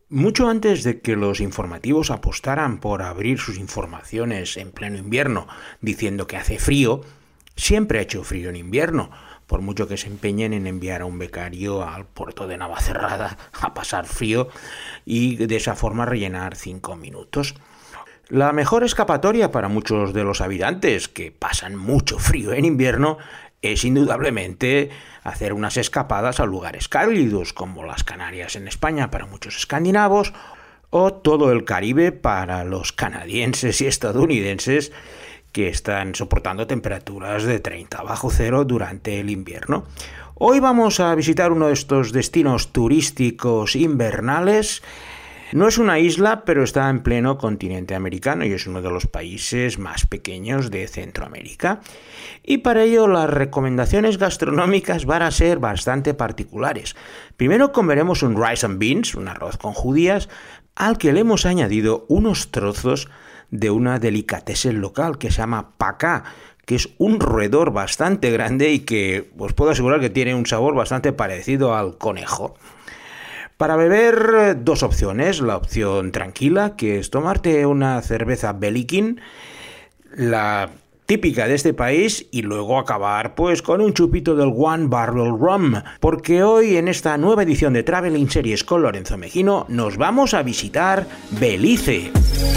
Mucho antes de que los informativos apostaran por abrir sus informaciones en pleno invierno diciendo que hace frío, siempre ha hecho frío en invierno, por mucho que se empeñen en enviar a un becario al puerto de Navacerrada a pasar frío y de esa forma rellenar 5 minutos. La mejor escapatoria para muchos de los habitantes que pasan mucho frío en invierno es indudablemente hacer unas escapadas a lugares cálidos como las Canarias en España para muchos escandinavos o todo el Caribe para los canadienses y estadounidenses que están soportando temperaturas de 30 bajo cero durante el invierno. Hoy vamos a visitar uno de estos destinos turísticos invernales. No es una isla, pero está en pleno continente americano y es uno de los países más pequeños de Centroamérica. Y para ello las recomendaciones gastronómicas van a ser bastante particulares. Primero comeremos un rice and beans, un arroz con judías, al que le hemos añadido unos trozos de una delicatessen local que se llama pacá, que es un roedor bastante grande y que os puedo asegurar que tiene un sabor bastante parecido al conejo. Para beber, dos opciones. La opción tranquila, que es tomarte una cerveza Belikin, la típica de este país, y luego acabar pues con un chupito del One Barrel Rum, porque hoy en esta nueva edición de Traveling Series con Lorenzo Mejino nos vamos a visitar Belice.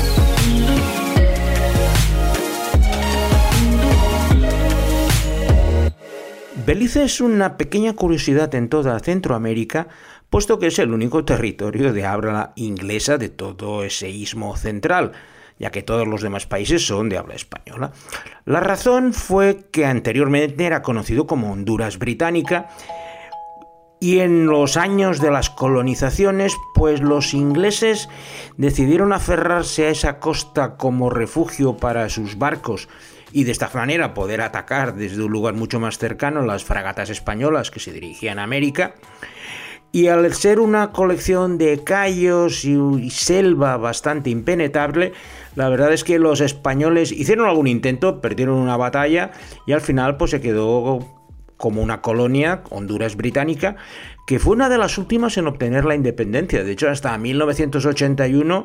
Belice es una pequeña curiosidad en toda Centroamérica, puesto que es el único territorio de habla inglesa de todo ese istmo central, ya que todos los demás países son de habla española. La razón fue que anteriormente era conocido como Honduras Británica, y en los años de las colonizaciones, pues los ingleses decidieron aferrarse a esa costa como refugio para sus barcos, y de esta manera poder atacar desde un lugar mucho más cercano las fragatas españolas que se dirigían a América. Y al ser una colección de cayos y selva bastante impenetrable, la verdad es que los españoles hicieron algún intento, perdieron una batalla y al final pues se quedó como una colonia, Honduras Británica, que fue una de las últimas en obtener la independencia. De hecho, hasta 1981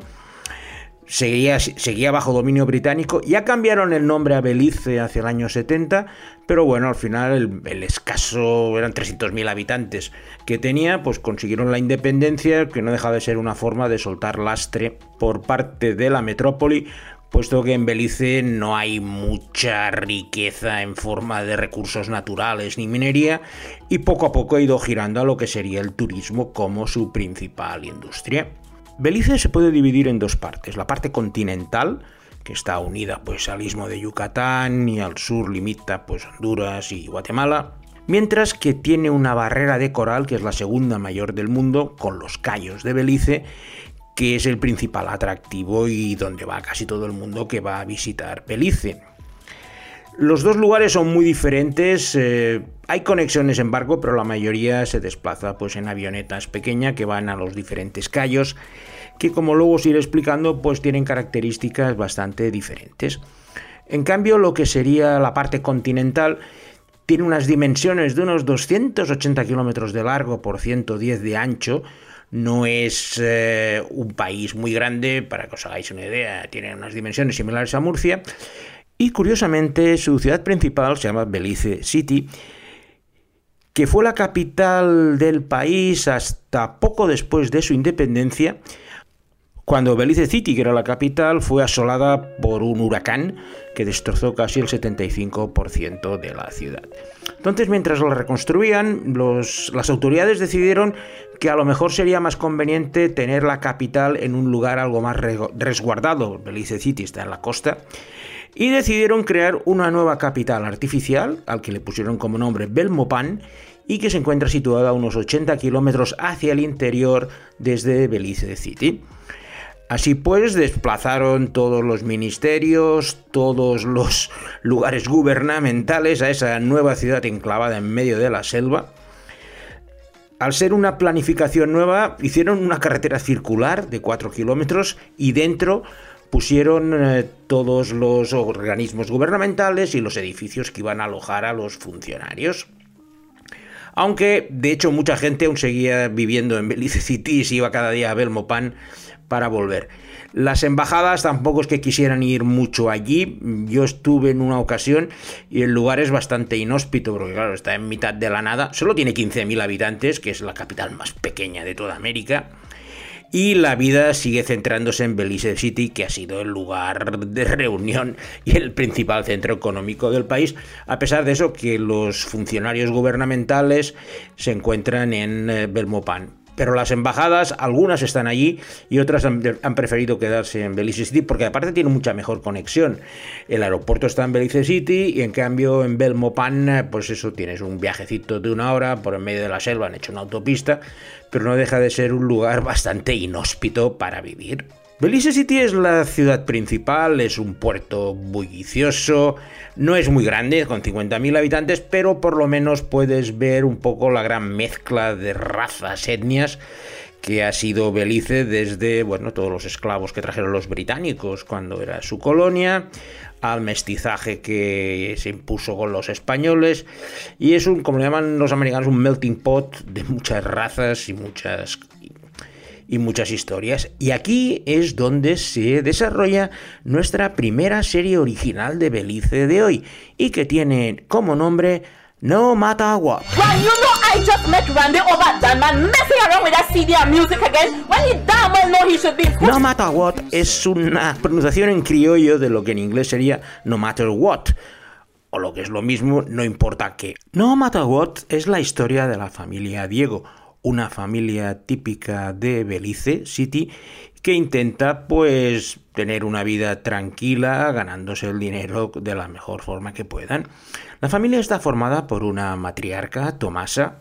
seguía bajo dominio británico. Ya cambiaron el nombre a Belice hacia el año 70, pero bueno, al final el escaso, eran 300.000 habitantes que tenía, pues consiguieron la independencia, que no deja de ser una forma de soltar lastre por parte de la metrópoli, puesto que en Belice no hay mucha riqueza en forma de recursos naturales ni minería, y poco a poco ha ido girando a lo que sería el turismo como su principal industria. Belice se puede dividir en dos partes: la parte continental, que está unida pues al istmo de Yucatán y al sur limita pues Honduras y Guatemala, mientras que tiene una barrera de coral que es la segunda mayor del mundo, con los cayos de Belice, que es el principal atractivo y donde va casi todo el mundo que va a visitar Belice. Los dos lugares son muy diferentes, hay conexiones en barco, pero la mayoría se desplaza pues en avionetas pequeñas que van a los diferentes cayos, que como luego os iré explicando pues tienen características bastante diferentes. En cambio, lo que sería la parte continental tiene unas dimensiones de unos 280 kilómetros de largo por 110 de ancho. No es un país muy grande, para que os hagáis una idea, tiene unas dimensiones similares a Murcia. Y curiosamente su ciudad principal se llama Belize City, que fue la capital del país hasta poco después de su independencia, cuando Belize City, que era la capital, fue asolada por un huracán que destrozó casi el 75% de la ciudad. Entonces, mientras la reconstruían, las autoridades decidieron que a lo mejor sería más conveniente tener la capital en un lugar algo más resguardado. Belize City está en la costa. Y decidieron crear una nueva capital artificial, al que le pusieron como nombre Belmopan, y que se encuentra situada a unos 80 kilómetros hacia el interior desde Belize City. Así pues, desplazaron todos los ministerios, todos los lugares gubernamentales a esa nueva ciudad enclavada en medio de la selva. Al ser una planificación nueva, hicieron una carretera circular de 4 kilómetros y dentro pusieron todos los organismos gubernamentales y los edificios que iban a alojar a los funcionarios. Aunque, de hecho, mucha gente aún seguía viviendo en Belize City y se iba cada día a Belmopan para volver. Las embajadas tampoco es que quisieran ir mucho allí. Yo estuve en una ocasión y el lugar es bastante inhóspito, porque claro, está en mitad de la nada. Solo tiene 15.000 habitantes, que es la capital más pequeña de toda América. Y la vida sigue centrándose en Belize City, que ha sido el lugar de reunión y el principal centro económico del país, a pesar de eso que los funcionarios gubernamentales se encuentran en Belmopan. Pero las embajadas, algunas están allí y otras han preferido quedarse en Belize City porque aparte tiene mucha mejor conexión. El aeropuerto está en Belize City y en cambio en Belmopan, pues eso, tienes un viajecito de 1 hora por en medio de la selva, han hecho una autopista, pero no deja de ser un lugar bastante inhóspito para vivir. Belize City es la ciudad principal, es un puerto bullicioso, no es muy grande, con 50.000 habitantes, pero por lo menos puedes ver un poco la gran mezcla de razas, etnias, que ha sido Belice desde, bueno, todos los esclavos que trajeron los británicos cuando era su colonia, al mestizaje que se impuso con los españoles, y es un, como le llaman los americanos, un melting pot de muchas razas y muchas historias. Y aquí es donde se desarrolla nuestra primera serie original de Belice de hoy, y que tiene como nombre No Matter What. Well, you know I just met Randy over that man messing around with that CD and music again when he damn well know he should be... No Matter What es una pronunciación en criollo de lo que en inglés sería No Matter What, o lo que es lo mismo, no importa qué. No Matter What es la historia de la familia Diego, una familia típica de Belize City que intenta pues tener una vida tranquila, ganándose el dinero de la mejor forma que puedan. La familia está formada por una matriarca, Tomasa,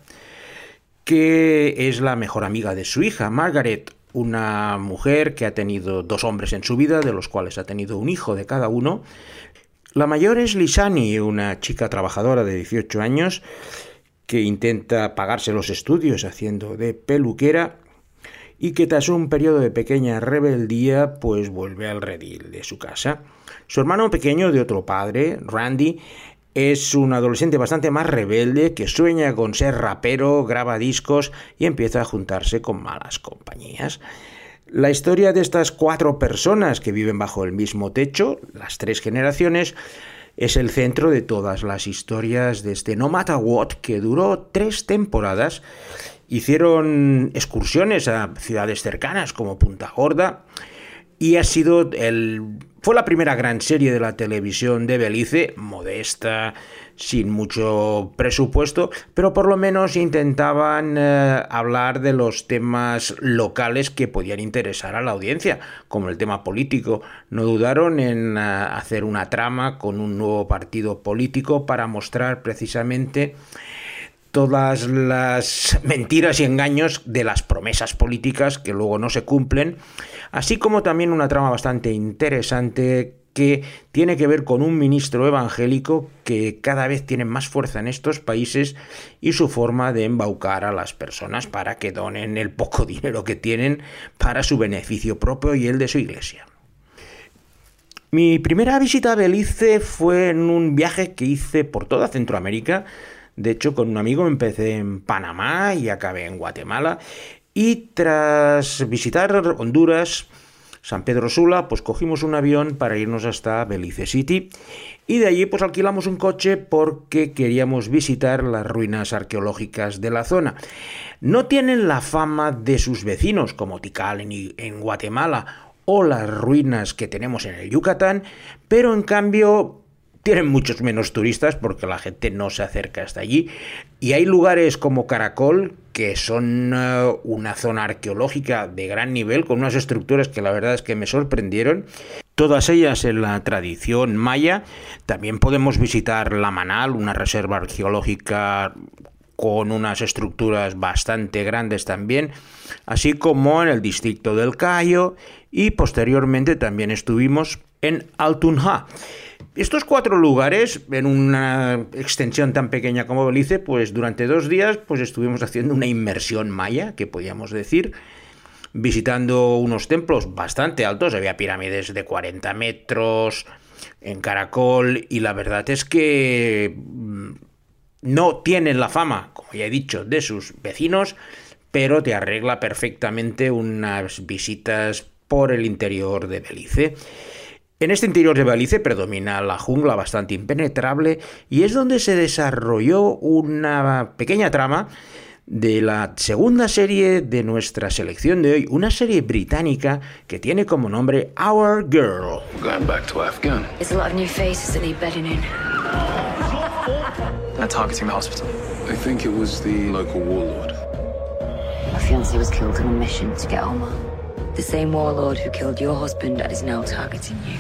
que es la mejor amiga de su hija, Margaret, una mujer que ha tenido 2 hombres en su vida, de los cuales ha tenido un hijo de cada uno. La mayor es Lisani, una chica trabajadora de 18 años, que intenta pagarse los estudios haciendo de peluquera y que tras un periodo de pequeña rebeldía pues vuelve al redil de su casa. Su hermano pequeño de otro padre, Randy, es un adolescente bastante más rebelde que sueña con ser rapero, graba discos y empieza a juntarse con malas compañías. La historia de estas 4 personas que viven bajo el mismo techo, las 3 generaciones, es el centro de todas las historias de este No Matter What, que duró 3 temporadas. Hicieron excursiones a ciudades cercanas como Punta Gorda y fue la primera gran serie de la televisión de Belice, modesta, sin mucho presupuesto, pero por lo menos intentaban hablar de los temas locales que podían interesar a la audiencia, como el tema político. No dudaron en hacer una trama con un nuevo partido político para mostrar precisamente todas las mentiras y engaños de las promesas políticas que luego no se cumplen, así como también una trama bastante interesante que tiene que ver con un ministro evangélico que cada vez tiene más fuerza en estos países y su forma de embaucar a las personas para que donen el poco dinero que tienen para su beneficio propio y el de su iglesia. Mi primera visita a Belice fue en un viaje que hice por toda Centroamérica. De hecho, con un amigo empecé en Panamá y acabé en Guatemala. Y tras visitar Honduras, San Pedro Sula, pues cogimos un avión para irnos hasta Belize City. Y de allí pues alquilamos un coche porque queríamos visitar las ruinas arqueológicas de la zona. No tienen la fama de sus vecinos, como Tikal en Guatemala o las ruinas que tenemos en el Yucatán, pero en cambio tienen muchos menos turistas porque la gente no se acerca hasta allí. Y hay lugares como Caracol, que son una zona arqueológica de gran nivel, con unas estructuras que la verdad es que me sorprendieron, todas ellas en la tradición maya. También podemos visitar La Manal, una reserva arqueológica con unas estructuras bastante grandes también, así como en el distrito del Cayo, y posteriormente también estuvimos en Altunja. Estos 4 lugares, en una extensión tan pequeña como Belice, pues durante 2 días pues estuvimos haciendo una inmersión maya, que podíamos decir, visitando unos templos bastante altos. Había pirámides de 40 metros en Caracol y la verdad es que No tienen la fama, como ya he dicho, de sus vecinos, pero te arregla perfectamente unas visitas por el interior de Belice. En este interior de Belice predomina la jungla bastante impenetrable y es donde se desarrolló una pequeña trama de la segunda serie de nuestra selección de hoy, una serie británica que tiene como nombre Our Girl. Going back to Afghan. There's a lot of new faces that need bedding in. They're targeting the hospital. I think it was the local warlord. My fiancé was killed on a mission to get Omar. The same warlord who killed your husband and is now targeting you.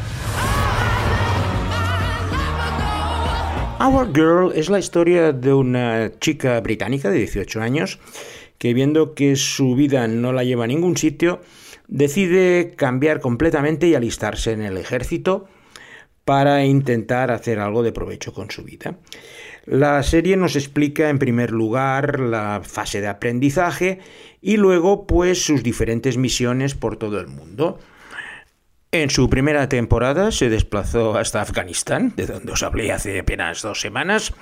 Our Girl es la historia de una chica británica de 18 años que, viendo que su vida no la lleva a ningún sitio, decide cambiar completamente y alistarse en el ejército para intentar hacer algo de provecho con su vida. La serie nos explica en primer lugar la fase de aprendizaje y luego pues sus diferentes misiones por todo el mundo. En su primera temporada se desplazó hasta Afganistán, de donde os hablé hace apenas 2 semanas,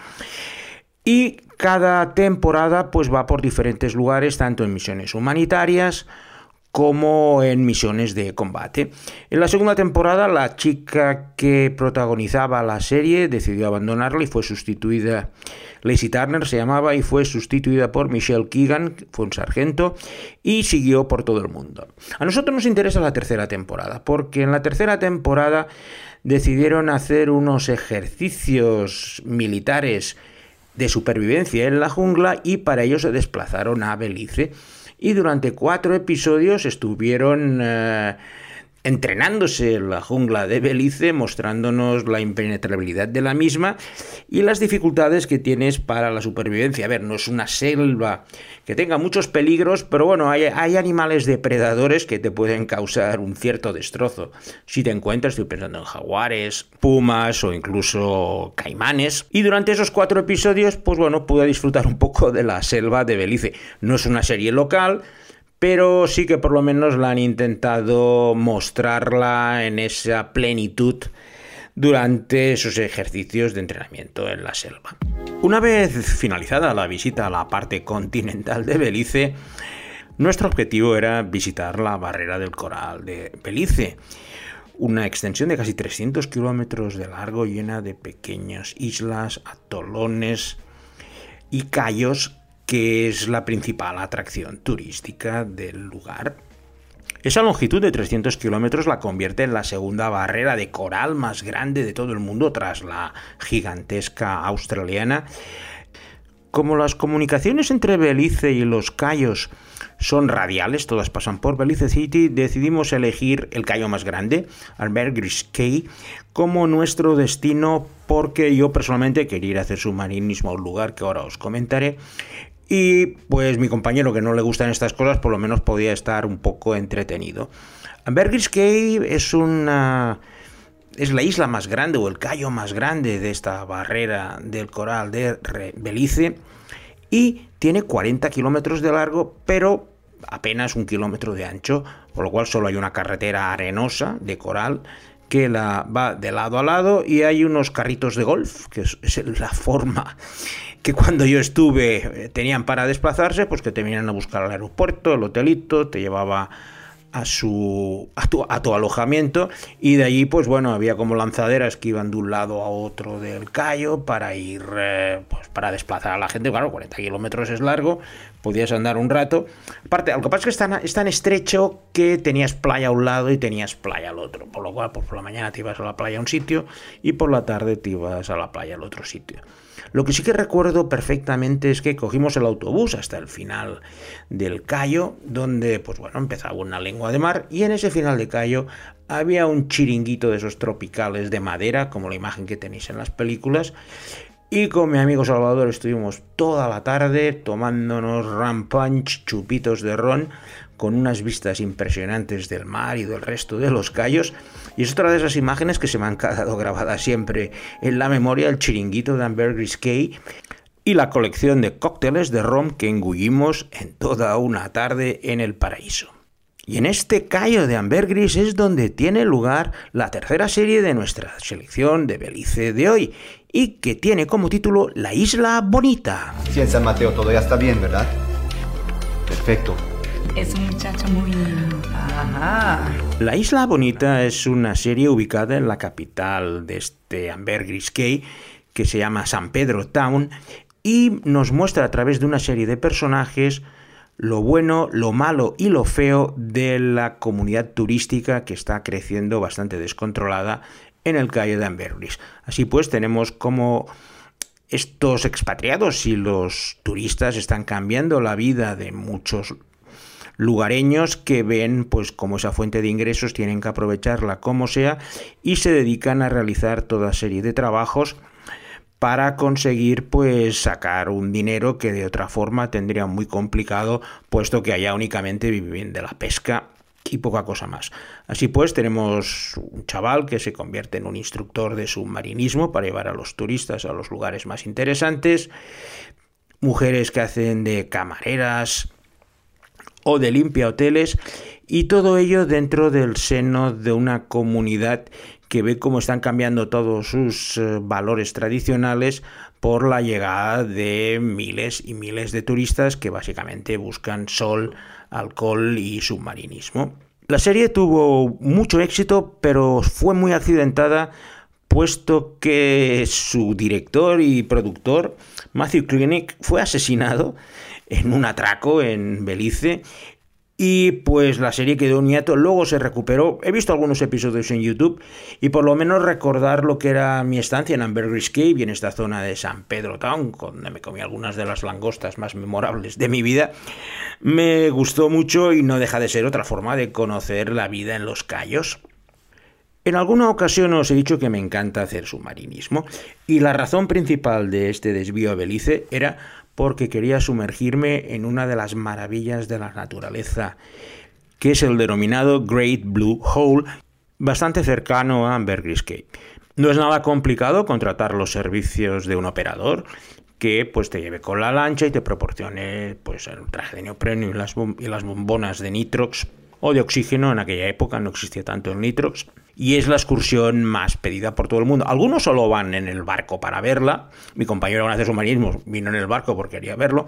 y cada temporada pues va por diferentes lugares, tanto en misiones humanitarias como en misiones de combate. En la segunda temporada, la chica que protagonizaba la serie decidió abandonarla y fue sustituida. Lacey Turner se llamaba y fue sustituida por Michelle Keegan, que fue un sargento, y siguió por todo el mundo. A nosotros nos interesa la tercera temporada, porque en la tercera temporada decidieron hacer unos ejercicios militares de supervivencia en la jungla y para ello se desplazaron a Belice. Y durante 4 episodios estuvieron entrenándose en la jungla de Belice, mostrándonos la impenetrabilidad de la misma y las dificultades que tienes para la supervivencia. A ver, no es una selva que tenga muchos peligros, pero bueno, hay animales depredadores que te pueden causar un cierto destrozo. Si te encuentras, estoy pensando en jaguares, pumas o incluso caimanes. Y durante esos 4 episodios, pues bueno, pude disfrutar un poco de la selva de Belice. No es una serie local, pero sí que por lo menos la han intentado mostrarla en esa plenitud durante esos ejercicios de entrenamiento en la selva. Una vez finalizada la visita a la parte continental de Belice, nuestro objetivo era visitar la barrera del coral de Belice, una extensión de casi 300 kilómetros de largo llena de pequeñas islas, atolones y cayos, que es la principal atracción turística del lugar. Esa longitud de 300 kilómetros la convierte en la segunda barrera de coral más grande de todo el mundo tras la gigantesca australiana. Como las comunicaciones entre Belice y los cayos son radiales, todas pasan por Belice City, decidimos elegir el cayo más grande, Ambergris Caye, como nuestro destino porque yo personalmente quería ir a hacer submarinismo a un lugar que ahora os comentaré. Y pues mi compañero, que no le gustan estas cosas, por lo menos podía estar un poco entretenido. Ambergris Caye es la isla más grande o el cayo más grande de esta barrera del coral de Belice y tiene 40 kilómetros de largo, pero apenas 1 kilómetro de ancho, por lo cual solo hay una carretera arenosa de coral que va de lado a lado y hay unos carritos de golf, que es la forma que cuando yo estuve tenían para desplazarse, pues que te venían a buscar al aeropuerto, el hotelito, te llevaba a tu alojamiento y de allí pues bueno, había como lanzaderas que iban de un lado a otro del cayo para ir pues para desplazar a la gente. Claro, 40 kilómetros es largo, podías andar un rato. Aparte, lo que pasa es que es tan estrecho que tenías playa a un lado y tenías playa al otro, por lo cual pues por la mañana te ibas a la playa a un sitio y por la tarde te ibas a la playa al otro sitio. Lo que sí que recuerdo perfectamente es que cogimos el autobús hasta el final del cayo, donde pues bueno, empezaba una lengua de mar y en ese final de cayo había un chiringuito de esos tropicales de madera, como la imagen que tenéis en las películas, y con mi amigo Salvador estuvimos toda la tarde tomándonos rum punch, chupitos de ron, con unas vistas impresionantes del mar y del resto de los cayos. Y es otra de esas imágenes que se me han quedado grabadas siempre en la memoria, el chiringuito de Ambergris Caye y la colección de cócteles de ron que engullimos en toda una tarde en el paraíso. Y en este Cayo de Ambergris es donde tiene lugar la tercera serie de nuestra selección de Belice de hoy, y que tiene como título La Isla Bonita. Sí, en San Mateo todo ya está bien, ¿verdad? Perfecto. Es un muchacho muy... Ajá. La Isla Bonita es una serie ubicada en la capital de este Ambergris Caye, que se llama San Pedro Town, y nos muestra a través de una serie de personajes lo bueno, lo malo y lo feo de la comunidad turística que está creciendo bastante descontrolada en el Cayo de Ambergris. Así pues, tenemos como estos expatriados y los turistas están cambiando la vida de muchos lugareños que ven pues como esa fuente de ingresos, tienen que aprovecharla como sea y se dedican a realizar toda serie de trabajos para conseguir pues sacar un dinero que de otra forma tendría muy complicado, puesto que allá únicamente viven de la pesca y poca cosa más. Así pues, tenemos un chaval que se convierte en un instructor de submarinismo para llevar a los turistas a los lugares más interesantes, mujeres que hacen de camareras o de limpia hoteles, y todo ello dentro del seno de una comunidad que ve cómo están cambiando todos sus valores tradicionales por la llegada de miles y miles de turistas que básicamente buscan sol, alcohol y submarinismo. La serie tuvo mucho éxito, pero fue muy accidentada, puesto que su director y productor, Matthew Klinek, fue asesinado en un atraco en Belice, y pues la serie quedó un hiato. Luego se recuperó. He visto algunos episodios en YouTube y por lo menos recordar lo que era mi estancia en Ambergris Caye y en esta zona de San Pedro Town, donde me comí algunas de las langostas más memorables de mi vida, me gustó mucho y no deja de ser otra forma de conocer la vida en los cayos. En alguna ocasión os he dicho que me encanta hacer submarinismo, y la razón principal de este desvío a Belice era porque quería sumergirme en una de las maravillas de la naturaleza, que es el denominado Great Blue Hole, bastante cercano a Ambergris Caye. No es nada complicado contratar los servicios de un operador que pues te lleve con la lancha y te proporcione pues el traje de neopreno y las bombonas de nitrox o de oxígeno. En aquella época no existía tanto el nitrox, y es la excursión más pedida por todo el mundo. Algunos solo van en el barco para verla. Mi compañero que hace submarinismo vino en el barco porque quería verlo.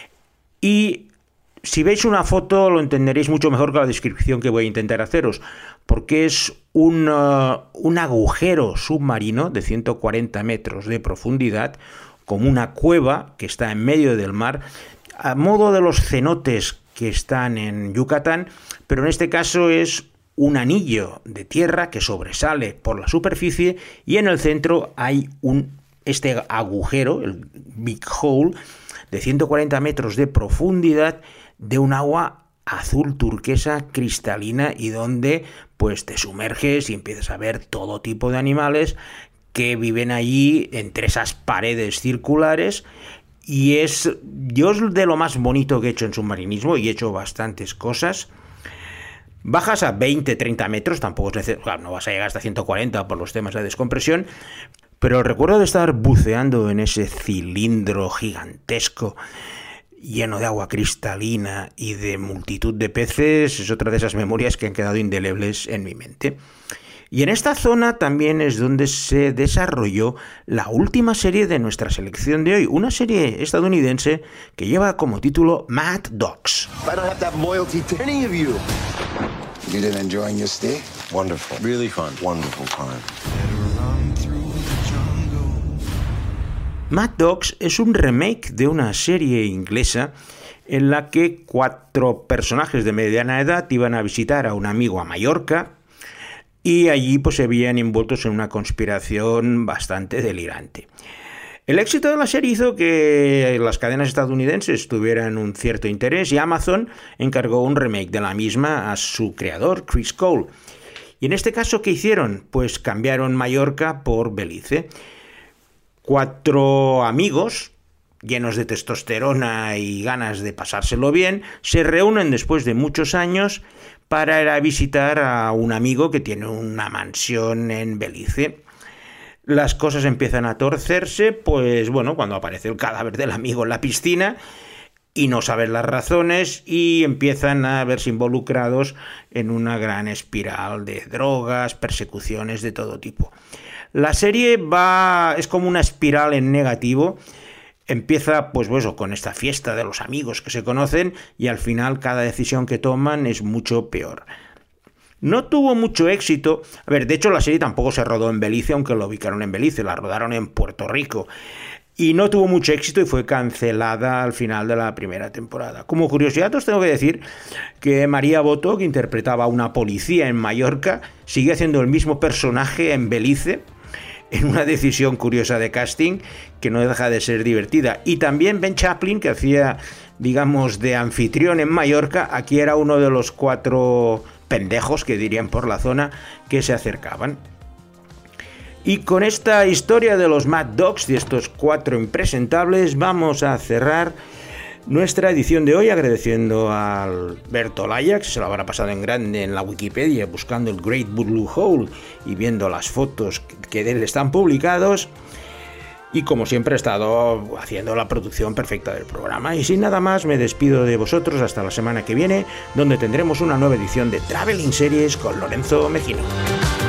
Y si veis una foto lo entenderéis mucho mejor que la descripción que voy a intentar haceros, porque es un agujero submarino de 140 metros de profundidad, como una cueva que está en medio del mar, a modo de los cenotes que están en Yucatán, pero en este caso es un anillo de tierra que sobresale por la superficie, y en el centro hay este agujero, el Big Hole, de 140 metros de profundidad, de un agua azul turquesa cristalina, y donde pues te sumerges y empiezas a ver todo tipo de animales que viven allí entre esas paredes circulares. Y es de lo más bonito que he hecho en submarinismo, y he hecho bastantes cosas. Bajas a 20-30 metros, tampoco es necesario, claro, no vas a llegar hasta 140 por los temas de descompresión, pero recuerdo de estar buceando en ese cilindro gigantesco lleno de agua cristalina y de multitud de peces. Es otra de esas memorias que han quedado indelebles en mi mente. Y en esta zona también es donde se desarrolló la última serie de nuestra selección de hoy, una serie estadounidense que lleva como título Mad Dogs. I don't have that loyalty to any of you. You didn't enjoy your stay? Wonderful. Really fun. Wonderful time. Mad Dogs es un remake de una serie inglesa en la que 4 personajes de mediana edad iban a visitar a un amigo a Mallorca, y allí pues se veían envueltos en una conspiración bastante delirante. El éxito de la serie hizo que las cadenas estadounidenses tuvieran un cierto interés, y Amazon encargó un remake de la misma a su creador, Chris Cole. Y en este caso, ¿qué hicieron? Pues cambiaron Mallorca por Belice. 4 amigos, llenos de testosterona y ganas de pasárselo bien, se reúnen después de muchos años para ir a visitar a un amigo que tiene una mansión en Belice. Las cosas empiezan a torcerse, pues bueno, cuando aparece el cadáver del amigo en la piscina, y no saben las razones y empiezan a verse involucrados en una gran espiral de drogas, persecuciones de todo tipo. La serie es como una espiral en negativo. Empieza pues eso, con esta fiesta de los amigos que se conocen y al final cada decisión que toman es mucho peor. No tuvo mucho éxito. A ver, de hecho la serie tampoco se rodó en Belice, aunque lo ubicaron en Belice, la rodaron en Puerto Rico. Y no tuvo mucho éxito y fue cancelada al final de la primera temporada. Como curiosidad os tengo que decir que María Boto, que interpretaba a una policía en Mallorca, sigue haciendo el mismo personaje en Belice, en una decisión curiosa de casting que no deja de ser divertida. Y también Ben Chaplin, que hacía, digamos, de anfitrión en Mallorca, aquí era uno de los 4 pendejos, que dirían por la zona, que se acercaban. Y con esta historia de los Mad Dogs, de estos 4 impresentables, vamos a cerrar nuestra edición de hoy agradeciendo a Alberto Olaya, que se lo habrá pasado en grande en la Wikipedia buscando el Great Blue Hole y viendo las fotos que de él están publicados. Y como siempre he estado haciendo la producción perfecta del programa. Y sin nada más me despido de vosotros hasta la semana que viene, donde tendremos una nueva edición de Traveling Series con Lorenzo Mejino.